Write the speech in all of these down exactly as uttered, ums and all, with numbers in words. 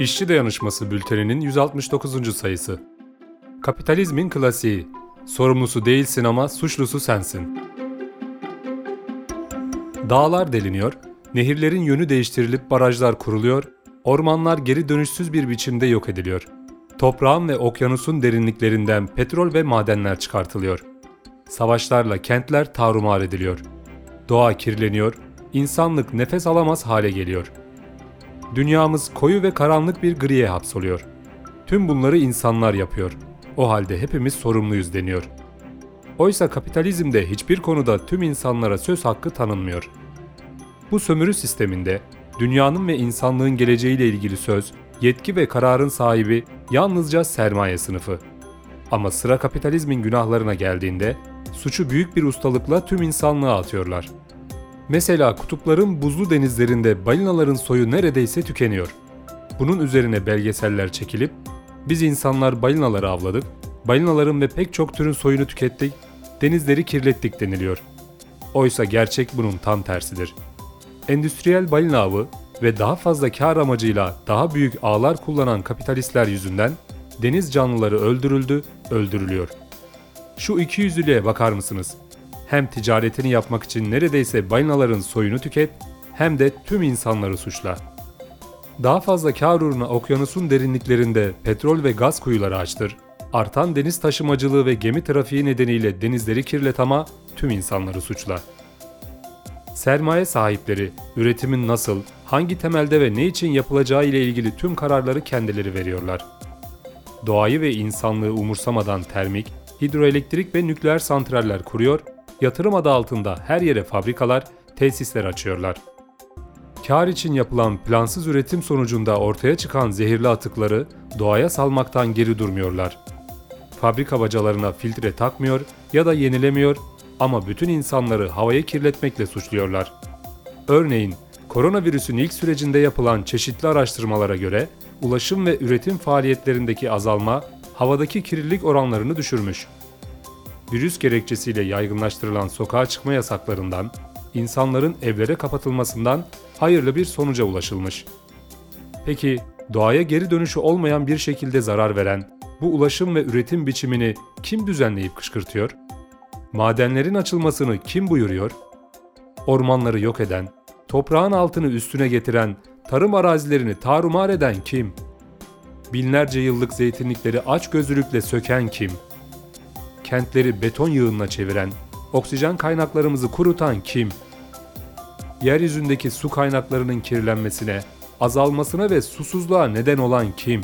İşçi Dayanışması Bülteni'nin yüz altmış dokuzuncu sayısı. Kapitalizmin klasiği. Sorumlusu değilsin ama suçlusu sensin. Dağlar deliniyor, nehirlerin yönü değiştirilip barajlar kuruluyor, ormanlar geri dönüşsüz bir biçimde yok ediliyor. Toprağın ve okyanusun derinliklerinden petrol ve madenler çıkartılıyor. Savaşlarla kentler tarumar ediliyor. Doğa kirleniyor, insanlık nefes alamaz hale geliyor. Dünyamız koyu ve karanlık bir griye hapsoluyor. Tüm bunları insanlar yapıyor. O halde hepimiz sorumluyuz deniyor. Oysa kapitalizmde hiçbir konuda tüm insanlara söz hakkı tanınmıyor. Bu sömürü sisteminde dünyanın ve insanlığın geleceğiyle ilgili söz, yetki ve kararın sahibi yalnızca sermaye sınıfı. Ama sıra kapitalizmin günahlarına geldiğinde suçu büyük bir ustalıkla tüm insanlığa atıyorlar. Mesela kutupların buzlu denizlerinde balinaların soyu neredeyse tükeniyor. Bunun üzerine belgeseller çekilip, biz insanlar balinaları avladık, balinaların ve pek çok türün soyunu tükettik, denizleri kirlettik deniliyor. Oysa gerçek bunun tam tersidir. Endüstriyel balina avı ve daha fazla kar amacıyla daha büyük ağlar kullanan kapitalistler yüzünden deniz canlıları öldürüldü, öldürülüyor. Şu ikiyüzlülüğe bakar mısınız? Hem ticaretini yapmak için neredeyse balinaların soyunu tüket, hem de tüm insanları suçla. Daha fazla kar uğruna okyanusun derinliklerinde petrol ve gaz kuyuları açtır, artan deniz taşımacılığı ve gemi trafiği nedeniyle denizleri kirlet ama tüm insanları suçla. Sermaye sahipleri, üretimin nasıl, hangi temelde ve ne için yapılacağı ile ilgili tüm kararları kendileri veriyorlar. Doğayı ve insanlığı umursamadan termik, hidroelektrik ve nükleer santraller kuruyor, yatırım adı altında her yere fabrikalar, tesisler açıyorlar. Kar için yapılan plansız üretim sonucunda ortaya çıkan zehirli atıkları doğaya salmaktan geri durmuyorlar. Fabrika bacalarına filtre takmıyor ya da yenilemiyor ama bütün insanları havayı kirletmekle suçluyorlar. Örneğin, koronavirüsün ilk sürecinde yapılan çeşitli araştırmalara göre ulaşım ve üretim faaliyetlerindeki azalma havadaki kirlilik oranlarını düşürmüş. Virüs gerekçesiyle yaygınlaştırılan sokağa çıkma yasaklarından, insanların evlere kapatılmasından hayırlı bir sonuca ulaşılmış. Peki, doğaya geri dönüşü olmayan bir şekilde zarar veren bu ulaşım ve üretim biçimini kim düzenleyip kışkırtıyor? Madenlerin açılmasını kim buyuruyor? Ormanları yok eden, toprağın altını üstüne getiren, tarım arazilerini tarumar eden kim? Binlerce yıllık zeytinlikleri açgözlülükle söken kim? Kentleri beton yığınına çeviren, oksijen kaynaklarımızı kurutan kim? Yeryüzündeki su kaynaklarının kirlenmesine, azalmasına ve susuzluğa neden olan kim?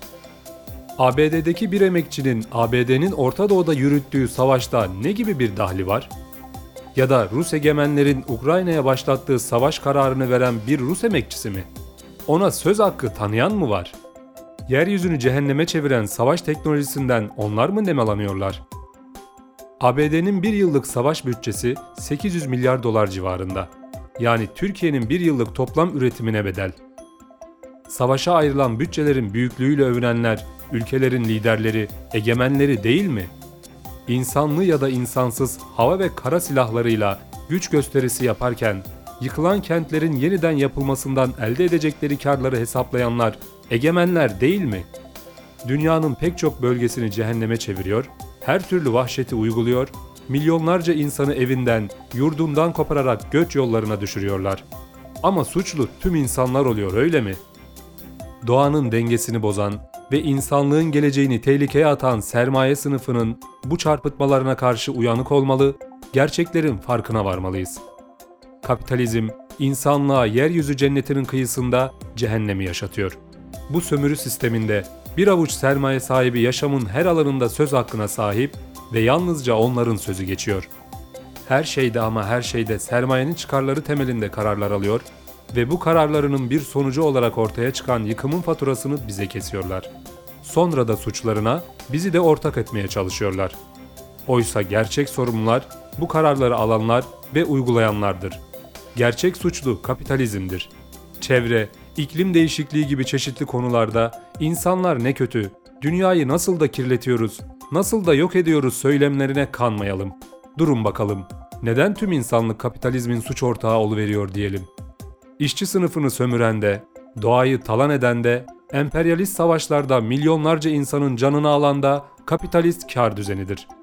A B D'deki bir emekçinin A B D'nin Orta Doğu'da yürüttüğü savaşta ne gibi bir dahli var? Ya da Rus egemenlerin Ukrayna'ya başlattığı savaş kararını veren bir Rus emekçisi mi? Ona söz hakkı tanıyan mı var? Yeryüzünü cehenneme çeviren savaş teknolojisinden onlar mı nemalanıyorlar? A B D'nin bir yıllık savaş bütçesi sekiz yüz milyar dolar civarında. Yani Türkiye'nin bir yıllık toplam üretimine bedel. Savaşa ayrılan bütçelerin büyüklüğüyle övünenler, ülkelerin liderleri, egemenleri değil mi? İnsanlı ya da insansız hava ve kara silahlarıyla güç gösterisi yaparken, yıkılan kentlerin yeniden yapılmasından elde edecekleri karları hesaplayanlar, egemenler değil mi? Dünyanın pek çok bölgesini cehenneme çeviriyor, her türlü vahşeti uyguluyor, milyonlarca insanı evinden, yurdundan kopararak göç yollarına düşürüyorlar. Ama suçlu tüm insanlar oluyor, öyle mi? Doğanın dengesini bozan ve insanlığın geleceğini tehlikeye atan sermaye sınıfının bu çarpıtmalarına karşı uyanık olmalı, gerçeklerin farkına varmalıyız. Kapitalizm, insanlığa yeryüzü cennetinin kıyısında cehennemi yaşatıyor. Bu sömürü sisteminde bir avuç sermaye sahibi yaşamın her alanında söz hakkına sahip ve yalnızca onların sözü geçiyor. Her şeyde ama her şeyde sermayenin çıkarları temelinde kararlar alıyor ve bu kararlarının bir sonucu olarak ortaya çıkan yıkımın faturasını bize kesiyorlar. Sonra da suçlarına bizi de ortak etmeye çalışıyorlar. Oysa gerçek sorumlular bu kararları alanlar ve uygulayanlardır. Gerçek suçlu kapitalizmdir. Çevre, iklim değişikliği gibi çeşitli konularda insanlar ne kötü, dünyayı nasıl da kirletiyoruz, nasıl da yok ediyoruz söylemlerine kanmayalım. Durun bakalım, neden tüm insanlık kapitalizmin suç ortağı oluveriyor diyelim. İşçi sınıfını sömüren de, doğayı talan eden de, Emperyalist savaşlarda milyonlarca insanın canını alan da kapitalist kar düzenidir.